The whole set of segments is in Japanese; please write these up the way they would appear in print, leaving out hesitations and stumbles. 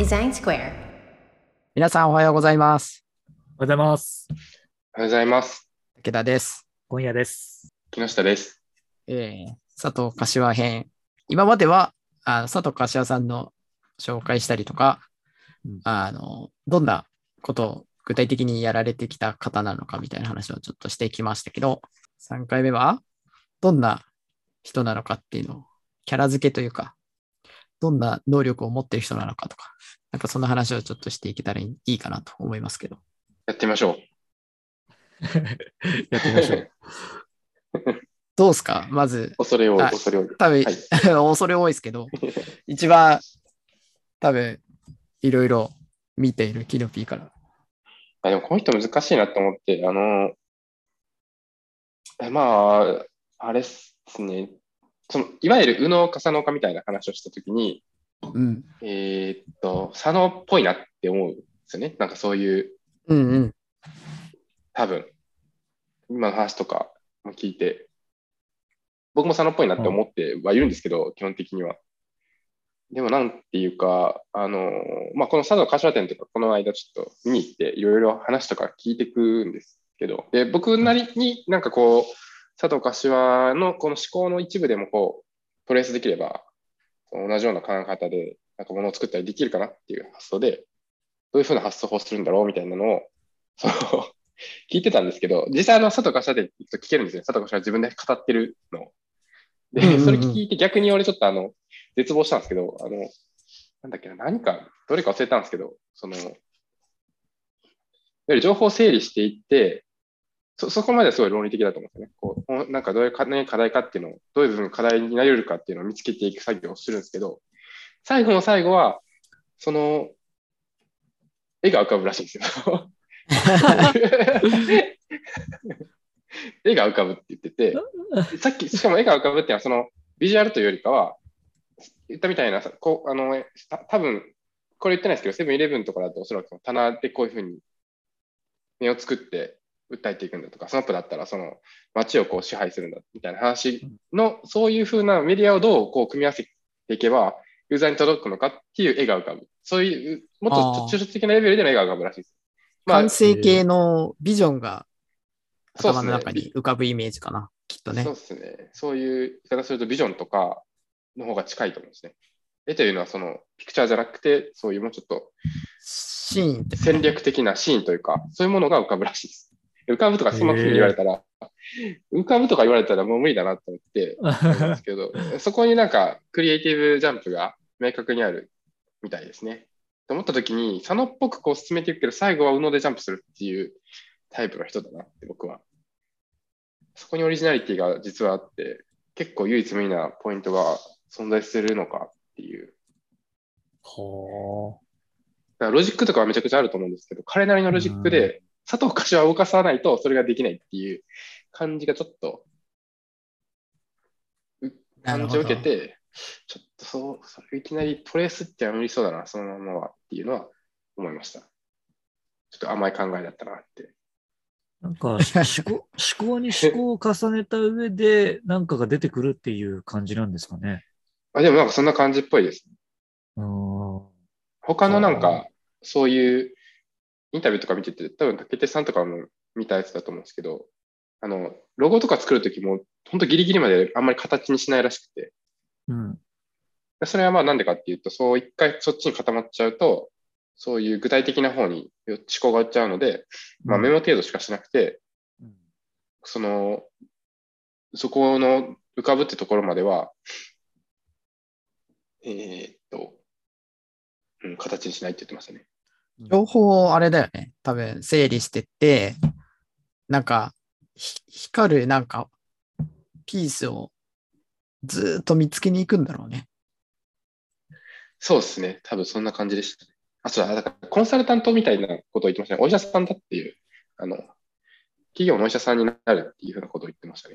デザインスクエア。 皆さんおはようございます。 おはようございます。 おはようございます。 武田です。 今夜です。 木下です。 佐藤柏編。今までは佐藤柏さんの紹介したりとか、どんなことを具体的にやられてきた方なのかみたいな話をちょっとしてきましたけど、3回目はどんな人なのかっていうのをキャラ付けというか、どんな能力を持っている人なのかとか、なんかそんな話をちょっとしていけたらいいかなと思いますけど。 やってみましょう。 やってみましょう。 どうですかまず。 恐れ多い。 多分、はい、恐れ多いですけど、一番多分いろいろ見ているキノピーから。 でもこの人難しいなと思って、まあ、あれですね。いわゆる右脳か左脳かみたいな話をしたときに、左脳っぽいなって思うんですよね。なんかそういう、多分、今の話とかも聞いて、僕も左脳っぽいなって思ってはいるんですけど、基本的には。でもなんていうか、この佐渡柏店とかこの間ちょっと見に行っていろいろ話とか聞いていくんですけど、で、僕なりになんかこう、佐渡柏のこの思考の一部でもこう、トレースできれば、同じような考え方でなんか物を作ったりできるかなっていう発想で、どういうふうな発想をするんだろうみたいなのを、聞いてたんですけど、実際佐渡柏店行くと聞けるんですよ。佐渡柏自分で語ってるのを。で、それ聞いて逆に俺ちょっと絶望したんですけど、なんだっけな、どれか忘れたんですけど、いわゆる情報を整理していって、そこまではすごい論理的だと思うんですよね。こう、なんかどういう課題かっていうのを、どういう部分課題になり得るかっていうのを見つけていく作業をするんですけど、最後の最後は、絵が浮かぶらしいんですよ。絵が浮かぶって言ってて、しかも絵が浮かぶっていうのは、ビジュアルというよりかは、言ったみたいな、多分、これ言ってないですけど、セブンイレブンとかだとおそらく棚でこういうふうに目を作って訴えていくんだとか、スナップだったらその街をこう支配するんだみたいな話の、そういうふうなメディアをどうこう組み合わせていけば、ユーザーに届くのかっていう絵が浮かぶ。そういう、もっと抽象的なレベルでの絵が浮かぶらしいです。 完成形のビジョンが頭の中に浮かぶイメージかな、きっとね。 そうですね。そういう言い方するとビジョンとかの方が近いと思うんですね。絵というのはピクチャーじゃなくて、そういうもうちょっとシーン、 戦略的なシーンというか、そういうものが浮かぶらしいです。浮かぶとかそんな風に言われたら、浮かぶとか言われたらもう無理だなと思って思うんですけど、そこになんかクリエイティブジャンプが明確にあるみたいですね。と思った時に、佐野っぽくこう進めていくけど、最後は右脳でジャンプするっていうタイプの人だなって僕は。そこにオリジナリティが実はあって、結構唯一無二なポイントが存在するのかっていう。 はあ。 だからロジックとかはめちゃくちゃあると思うんですけど、彼なりのロジックで佐藤柏を動かさないとそれができないっていう感じがちょっと感じを受けて、ちょっとそれいきなりトレースって無理そうだな、そのままはっていうのは思いました。ちょっと甘い考えだったなって。 なんか思考に思考を重ねた上で何かが出てくるっていう感じなんですかね。 でもなんかそんな感じっぽいです。他のなんかそういうインタビューとか見てて、多分竹手さんとかも見たやつだと思うんですけど、ロゴとか作るときも本当ギリギリまであんまり形にしないらしくて、それはまあなんでかっていうと、そう一回そっちに固まっちゃうと、そういう具体的な方に思考がいっちゃうので、まあメモ程度しかしなくて、そこの浮かぶってところまでは、形にしないって言ってましたね。 情報あれだよね。多分整理してって、なんか光るなんかピースをずっと見つけに行くんだろうね。 そうですね。多分そんな感じでしたね。そうだからコンサルタントみたいなことを言ってましたね。お医者さんだっていう、企業のお医者さんになるっていうふうなことを言ってましたね。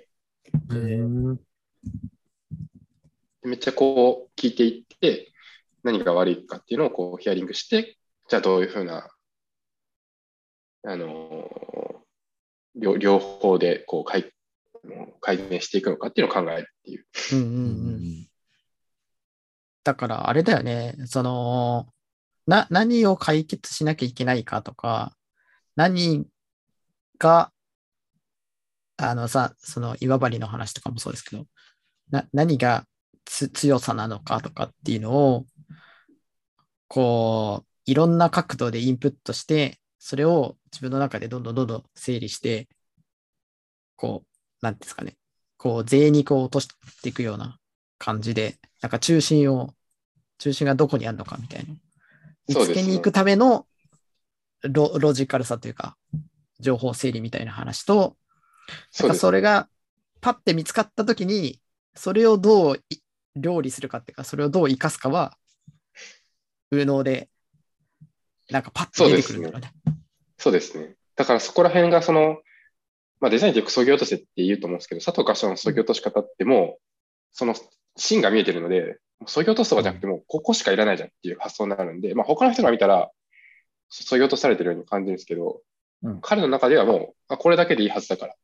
めっちゃこう聞いていって、何が悪いかっていうのをこうヒアリングして、じゃあどういうふうな、両方でこう改善していくのかっていうのを考えるっていう。 だからあれだよね。 何を解決しなきゃいけないかとか、何が、その今治の話とかもそうですけど、何が強さなのかとかっていうのを、こう、いろんな角度でインプットして、それを自分の中でどんどん整理して、こう、なんていうんですかね、こう、贅肉を落としていくような感じで、なんか中心がどこにあるのかみたいな。見つけに行くためのロジカルさというか、情報整理みたいな話と、なんかそれがパッて見つかったときに、それをどう料理するかっていうか、それをどう生かすかは、右脳で、なんかパッと出てくるんだろうね。 そうですね。だからそこら辺がデザインってよく削ぎ落とせって言うと思うんですけど、佐藤柏の削ぎ落とし方ってもう、その芯が見えてるので、削ぎ落とすとかじゃなくても、ここしかいらないじゃんっていう発想になるんで、他の人が見たら、削ぎ落とされてるように感じるんですけど、彼の中ではもう、これだけでいいはずだから、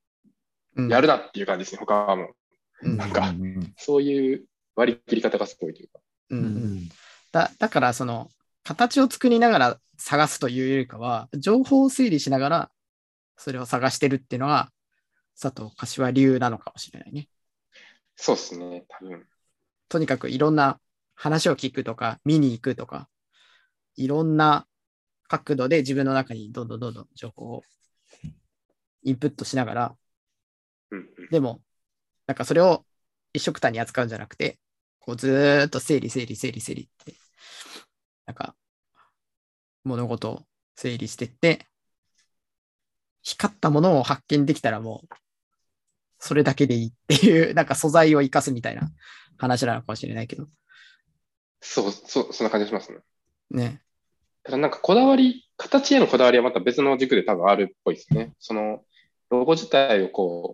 やるなっていう感じですね、他はもう。なんか、そういう割り切り方がすごいというか。だから、その、形を作りながら探すというよりかは、情報を整理しながら、それを探してるっていうのは、佐藤柏流なのかもしれないね。 そうですね、多分。 とにかくいろんな話を聞くとか、見に行くとか、いろんな角度で自分の中にどんどん情報をインプットしながら、でも、なんかそれを一緒くたに扱うんじゃなくて、こうずーっと整理って、なんか物事を整理していって、光ったものを発見できたらもう、それだけでいいっていう、なんか素材を生かすみたいな話なのかもしれないけど。 そんな感じしますね。 ね。 ただなんか形へのこだわりはまた別の軸で多分あるっぽいですね。その、ロゴ自体を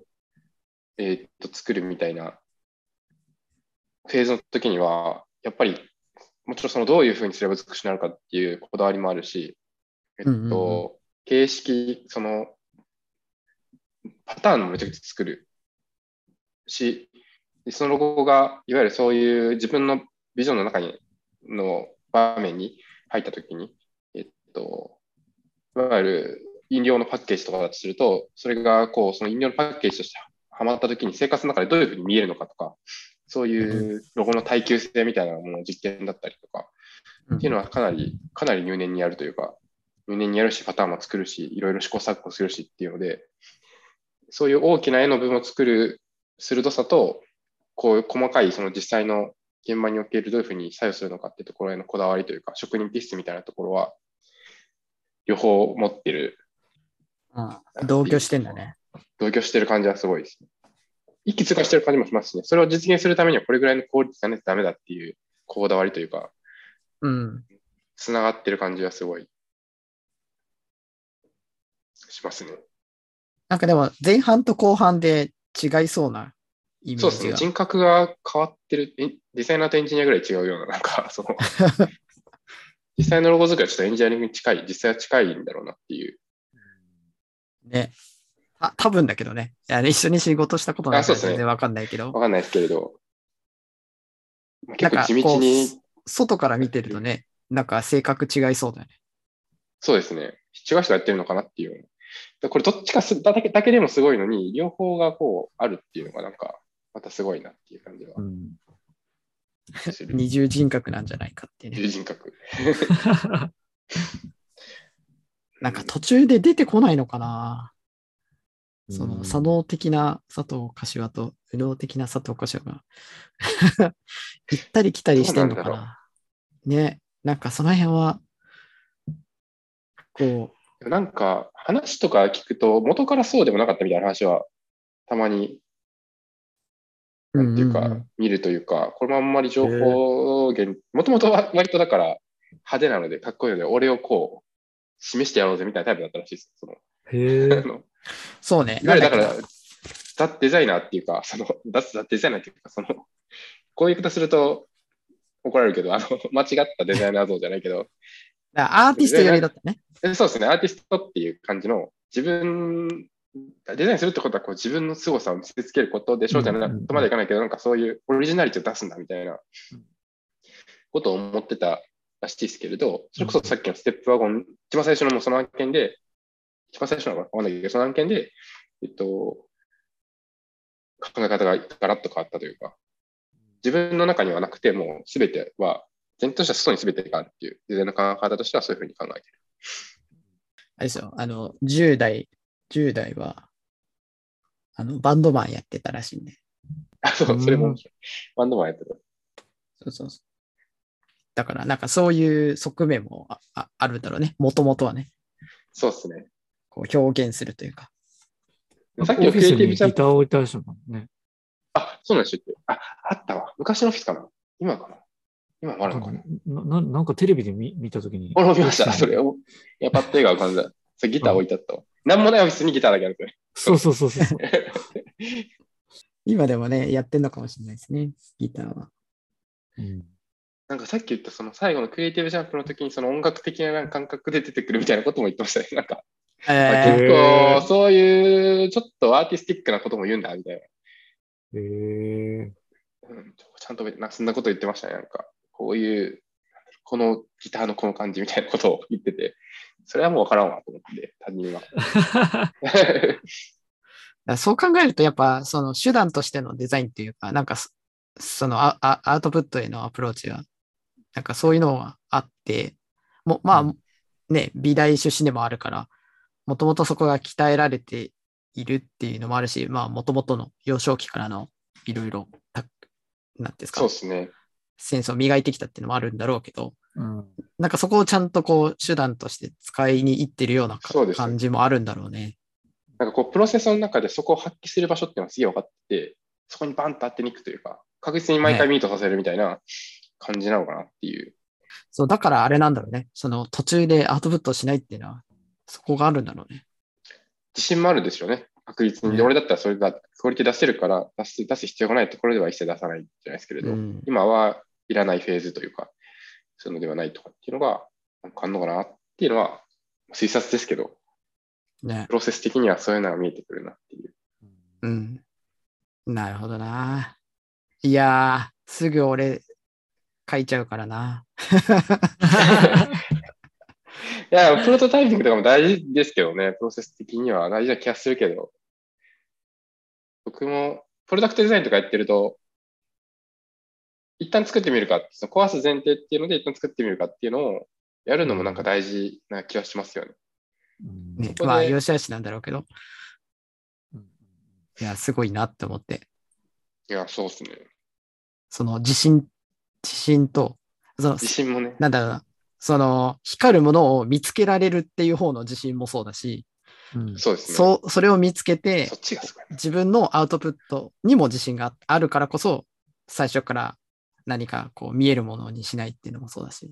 作るみたいなフェーズの時には、やっぱり、もちろんそのどういうふうにすれば美しくなるかっていうこだわりもあるし、形式、その、パターンもめちゃくちゃ作るし、そのロゴが、いわゆるそういう自分のビジョンの中の場面に入ったときに、いわゆる飲料のパッケージとかだとすると、それがその飲料のパッケージとしてはまったときに生活の中でどういうふうに見えるのかとか、そういうロゴの耐久性みたいなものの実験だったりとか、っていうのはかなり入念にやるというか、入念にやるし、パターンも作るし、いろいろ試行錯誤するしっていうので、そういう大きな絵の部分を作る鋭さと、こういう細かいその実際の現場におけるどういうふうに作用するのかっていうところへのこだわりというか、職人気質みたいなところは、両方持ってる。 同居してんだね。 同居してる感じはすごいですね。一気通過してる感じもしますしね。それを実現するためにはこれぐらいの効率がないとダメだっていうこだわりというか、つながってる感じはすごいしますね。 なんかでも前半と後半で違いそうなイメージが。 そうですね。人格が変わってる。デザイナーとエンジニアぐらい違うような、なんか、実際のロゴ作りはちょっとエンジニアリングに近い、実際は近いんだろうなっていう。 ね。多分だけどね。一緒に仕事したことないから全然わかんないけど。 わかんないですけれど。結構地道に。 外から見てるとね、なんか性格違いそうだよね。 そうですね。違う人がやってるのかなっていう。これどっちかだけでもすごいのに、両方があるっていうのがなんか、またすごいなっていう感じは。 二重人格なんじゃないかっていうね。 二重人格。 なんか途中で出てこないのかな。その左脳的な佐藤柏と右脳的な佐藤柏が行ったり来たりしてんのかな。ね。なんかその辺は、 なんか話とか聞くと元からそうでもなかったみたいな話はたまになんていうか見るというか、これもあんまり情報源、もともとは割とだから派手なのでかっこいいので、俺を示してやろうぜみたいなタイプだったらしいです。 そうね。 いわゆるだから、ザ・デザイナーっていうか、ザ・デザイナーっていうか、こういう言い方すると怒られるけど、間違ったデザイナー像じゃないけど、 アーティスト寄りだったね。 そうですね、アーティストっていう感じの、デザインするってことは自分の凄さを見せつけることでしょうじゃないとまでいかないけど、なんかそういうオリジナリティを出すんだみたいなことを思ってたらしいですけれど、それこそさっきのステップワゴン、一番最初のもうその案件で、一番最初のわかんないけど、その案件で、考え方がガラッと変わったというか、自分の中にはなくて、もうすべては、前提としては外にすべてがあるっていう、デザインの考え方としてはそういうふうに考えている。 あれですよ、10代は、バンドマンやってたらしいんで。 そう、それも面白い。バンドマンやってた。 そうそうそう。だから、なんかそういう側面もあるんだろうね。もともとはね。 そうですね。 こう表現するというか。 さっきのクリエイティブジャンプ。 ギター置いてある人もんね。 あ、そうなんですよ。あったわ。昔のオフィスかな。今かな。今もあるのかな。 なんかテレビで見たときに。 俺も見ました。それを。いや、パッと映画浮かんだ。それギター置いてあったわ。なんもないオフィスにギターだけあるんですよ。そう。 今でもね、やってんのかもしれないですね。ギターは。 なんかさっき言ったその最後のクリエイティブジャンプの時にその音楽的な感覚で出てくるみたいなことも言ってましたね。なんか、結構そういうちょっとアーティスティックなことも言うんだみたいな。ちゃんとそんなこと言ってましたね。なんか、こういう、このギターのこの感じみたいなことを言ってて、それはもうわからんわと思って、他人は。 そう考えると、やっぱその手段としてのデザインっていうか、なんかそのアウトプットへのアプローチは、なんかそういうのがあって、まあね、美大出身でもあるから、もともとそこが鍛えられているっていうのもあるし、まあもともとの幼少期からのいろいろ、なんですか、 そうですね。 センスを磨いてきたっていうのもあるんだろうけど、なんかそこをちゃんとこう手段として使いに行ってるような感じもあるんだろうね。 なんかこう、プロセスの中でそこを発揮する場所っていうのはすげえ分かってて、そこにバンと当てに行くというか、確実に毎回ミートさせるみたいな感じなのかなっていう。 そう、だからあれなんだろうね。その途中でアウトプットしないっていうのは、そこがあるんだろうね。 自信もあるんですよね。確実に。俺だったらそれがクオリティ出せるから、出す必要がないところでは一切出さないじゃないですけれど、今はいらないフェーズというか、そういうのではないとかっていうのが、なんかあるのかなっていうのは推察ですけど、 ね、 プロセス的にはそういうのが見えてくるなっていう。 なるほどな。いやー、すぐ俺書いちゃうからな。 いや、プロトタイピングとかも大事ですけどね、プロセス的には大事な気がするけど、僕もプロダクトデザインとかやってると、一旦作ってみるか、その壊す前提っていうので一旦作ってみるかっていうのをやるのもなんか大事な気がしますよね。 ね、まあ、良し悪しなんだろうけど、いや、すごいなって思って。 いや、そうですね。 その自信と、その自信もね。 なんだろうな、その光るものを見つけられるっていう方の自信もそうだし、 そうですね。 それを見つけて、自分のアウトプットにも自信があるからこそ、最初から何かこう見えるものにしないっていうのもそうだし。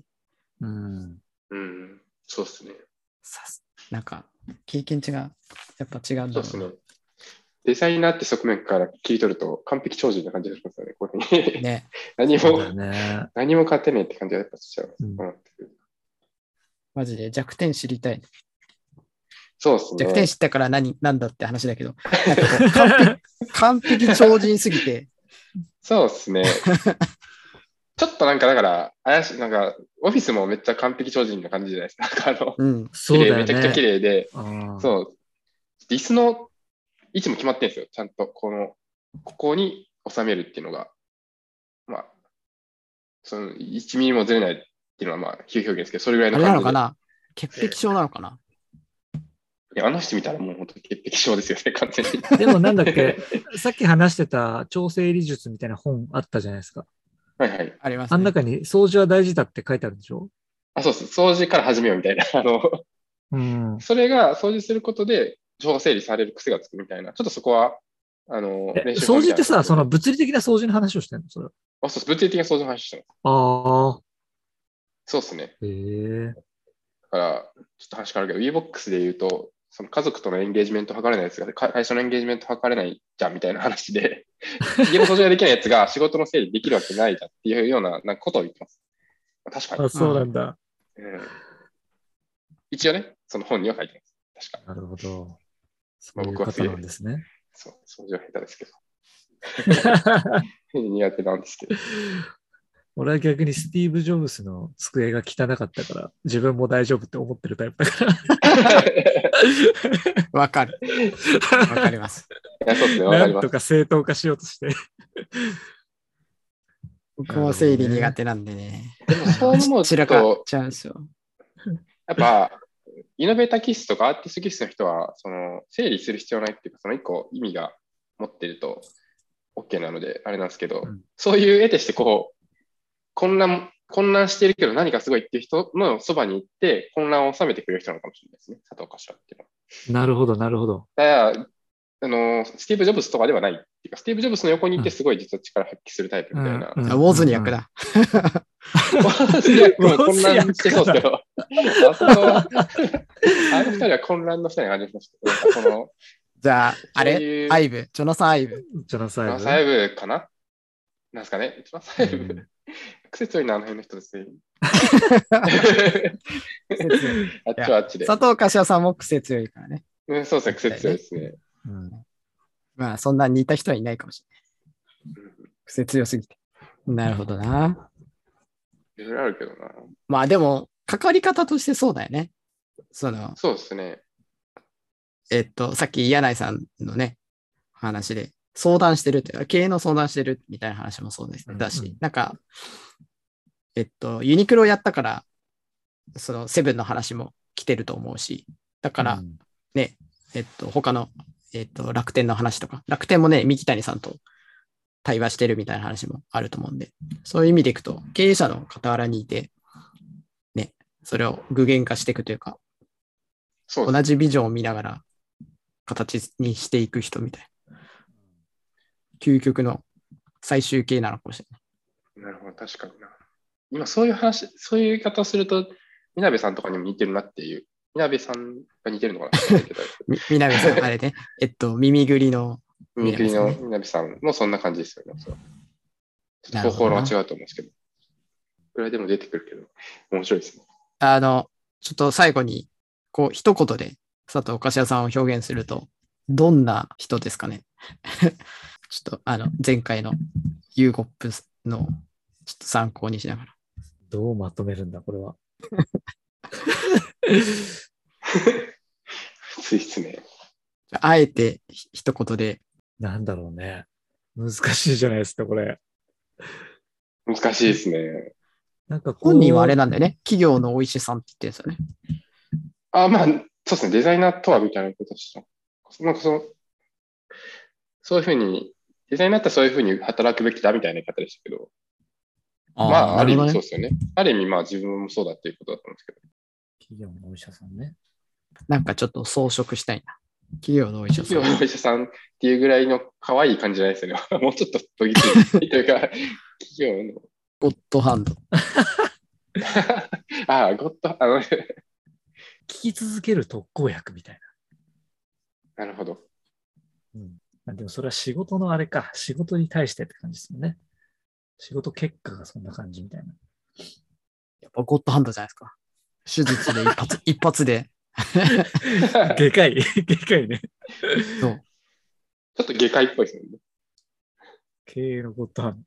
そうですね。 なんか、経験値がやっぱ違うんだろうな。 そうですね。デザイナーって側面から切り取ると完璧超人な感じがしますよね。こういうふうにね。 何も勝てねえって感じがやっぱしちゃう。 マジで弱点知りたい。 そうですね。 弱点知ったからなんだって話だけど、なんか完璧超人すぎて。 そうですね。ちょっとなんかだから怪しい、なんかオフィスもめっちゃ完璧超人な感じじゃないですか。なんかそうだよね、 めちゃくちゃ綺麗で、そう、椅子の位置も決まってるんですよ。ちゃんとここに収めるっていうのが、まあ、その1ミリもずれないっていうのはまあ、比喩表現ですけど、それぐらいの感じで。 あれなのかな？潔癖症なのかな？ いや、あの人見たらもう本当潔癖症ですよね、完全に。 でもなんだっけ、さっき話してた調整理術みたいな本あったじゃないですか。 はいはい。 ありますね。 あん中に掃除は大事だって書いてあるんでしょ？ そうです。掃除から始めようみたいな。それが掃除することで情報整理される癖がつくみたいな。ちょっとそこは、 練習掃除ってさ、その物理的な掃除の話をしてるの？それ。 そうです。物理的な掃除の話してます。そうですね。だから、ちょっと話変わるけど、WeBox で言うと、その家族とのエンゲージメント測れないやつが、会社のエンゲージメント測れないじゃんみたいな話で、家の掃除ができないやつが仕事の整理できるわけないじゃんっていうようなことを言ってます。確かに。 そうなんだ。 一応ね、その本には書いてます。確かに。 なるほど。そういう方なんですね。 そう、掃除は下手ですけど。苦手なんですけど。 俺は逆にスティーブ・ジョブズの机が汚かったから、自分も大丈夫って思ってるタイプだから。 わかる。わかります。 いや、そうですね。わかります。 なんとか正当化しようとして。 僕も整理苦手なんでね。 でもそう思う散らかっと、 ちゃうんですよ。 やっぱ、イノベーター気質とかアーティスト気質の人は、整理する必要ないっていうか、その一個意味が持ってると OK なので、あれなんですけど、そういう得てして混乱してるけど何かすごいっていう人のそばに行って混乱を収めてくれる人なのかもしれないですね、佐藤柏っていうのは。 なるほど、なるほど。 だから、スティーブ・ジョブズとかではないっていうか、スティーブ・ジョブズの横にいてすごい実は力発揮するタイプみたいな。 ウォーズニャックだ。 ウォーズニャックも混乱してそうですけど、あの二人は混乱の二人に感じました。 じゃあ、あれジョナサン・アイブ。 ジョナサン・アイブかななんですかねジョナサン・アイブ。癖強いな、あの辺の人ですね。あっちはあっちで。 佐藤柏さんも癖強いからね。 そうですね、癖強いですね。 まあ、そんな似た人はいないかもしれない。癖強すぎて。なるほどな。 いろいろあるけどな。 まあでも、関わり方としてそうだよね。 そうですね。 さっき柳井さんのね、話で、相談してるっていうか、経営の相談してるみたいな話もそうですね。だし、なんか、ユニクロやったから、セブンの話も来てると思うし、だから、ね、他の、楽天の話とか、楽天もね、三木谷さんと対話してるみたいな話もあると思うんで、そういう意味でいくと、経営者の傍らにいて、ね、それを具現化していくというか、同じビジョンを見ながら形にしていく人みたいな。究極の最終形なのかもしれない。 なるほど、確かにな。今そういう言い方をすると、みなべさんとかにも似てるなっていう。みなべさんが似てるのかなみなべさん、あれね。耳ぐりの。 耳ぐりのみなべさんもそんな感じですよね。ちょっと方法論は違うと思うんですけど。ぐらいでも出てくるけど、面白いですね。 ちょっと最後に、一言で佐藤柏さんを表現すると、どんな人ですかね。ちょっと前回のユーゴップのちょっと参考にしながら。 どうまとめるんだ、これは。 ついですね。 あえて一言で。 なんだろうね。難しいじゃないですか、これ。 難しいですね。 なんか本人はあれなんだよね。企業のお医者さんって言ってるんですよね。 まあ、そうですね。デザイナーとはみたいなことした。なんかそういうふうに、デザイナーってそういうふうに働くべきだみたいな言い方でしたけど、ある意味そうですよね。ある意味、自分もそうだっていうことだと思うんですけど。 企業のお医者さんね。 なんかちょっと装飾したいな。企業のお医者さん。 企業のお医者さんっていうぐらいの可愛い感じじゃないですよね。もうちょっと研ぎ澄いというか、企業の。 ゴッドハンド。 ゴッドハンド。 聞き続ける特効薬みたいな。なるほど。 でもそれは仕事のあれか。仕事に対してって感じですよね。仕事結果がそんな感じみたいな。 やっぱゴッドハンドじゃないですか。手術で一発で。 外科医ね。 そう。 ちょっと外科医っぽいですよね。 経営のゴッドハン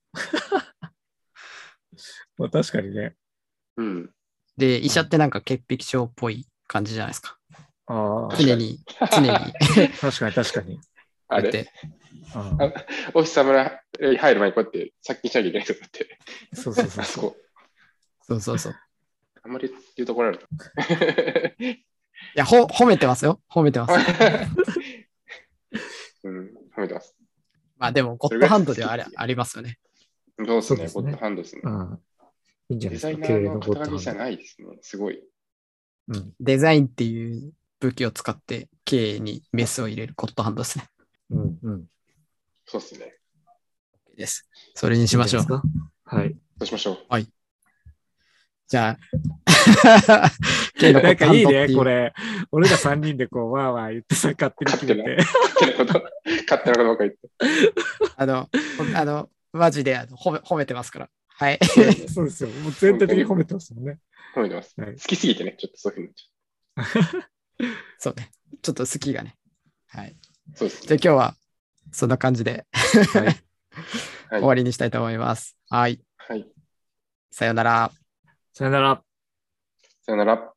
ド。確かにね。 で、医者ってなんか潔癖症っぽい感じじゃないですか。 常に。 確かに。 あれオフィス侍入る前にこうやって殺菌しなきゃいけないとかって。 そう。 あんまり言うところあると。 いや、褒めてますよ。褒めてます。 褒めてます。 まあでも、ゴッドハンドではありますよね。 そうですね、ゴッドハンドですね。 いいんじゃないですか。 デザイナーの肩書きじゃないですね。すごい。 デザインっていう武器を使って経営にメスを入れるゴッドハンドですね。 そうですね。 です。それにしましょう。 はい。 そうしましょう。 はい。じゃあ、 なんかいいね、これ。俺ら3人でわーわー言ってさ、勝手に決めて。 勝手なことばっかり言って。マジで褒めてますから。はい。 そうですよ。もう全体的に褒めてますもんね。 褒めてます。好きすぎてね、ちょっとそういうふうに。 そうね。ちょっと好きがね。はい。 そうですね。 じゃあ今日はそんな感じで終わりにしたいと思います。はい。 はい。 さよなら。 さよなら。 さよなら。